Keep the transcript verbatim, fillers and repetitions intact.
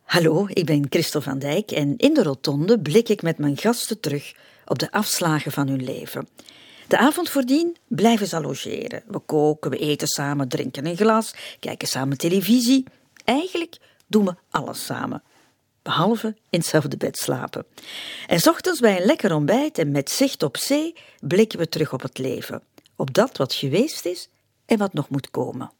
Hallo, ik ben Christel van Dijk en in de rotonde blik ik met mijn gasten terug op de afslagen van hun leven. De avond voordien blijven ze logeren. We koken, we eten samen, drinken een glas, kijken samen televisie. Eigenlijk doen we alles samen, behalve in hetzelfde bed slapen. En 's ochtends bij een lekker ontbijt en met zicht op zee blikken we terug op het leven. Op dat wat geweest is en wat nog moet komen.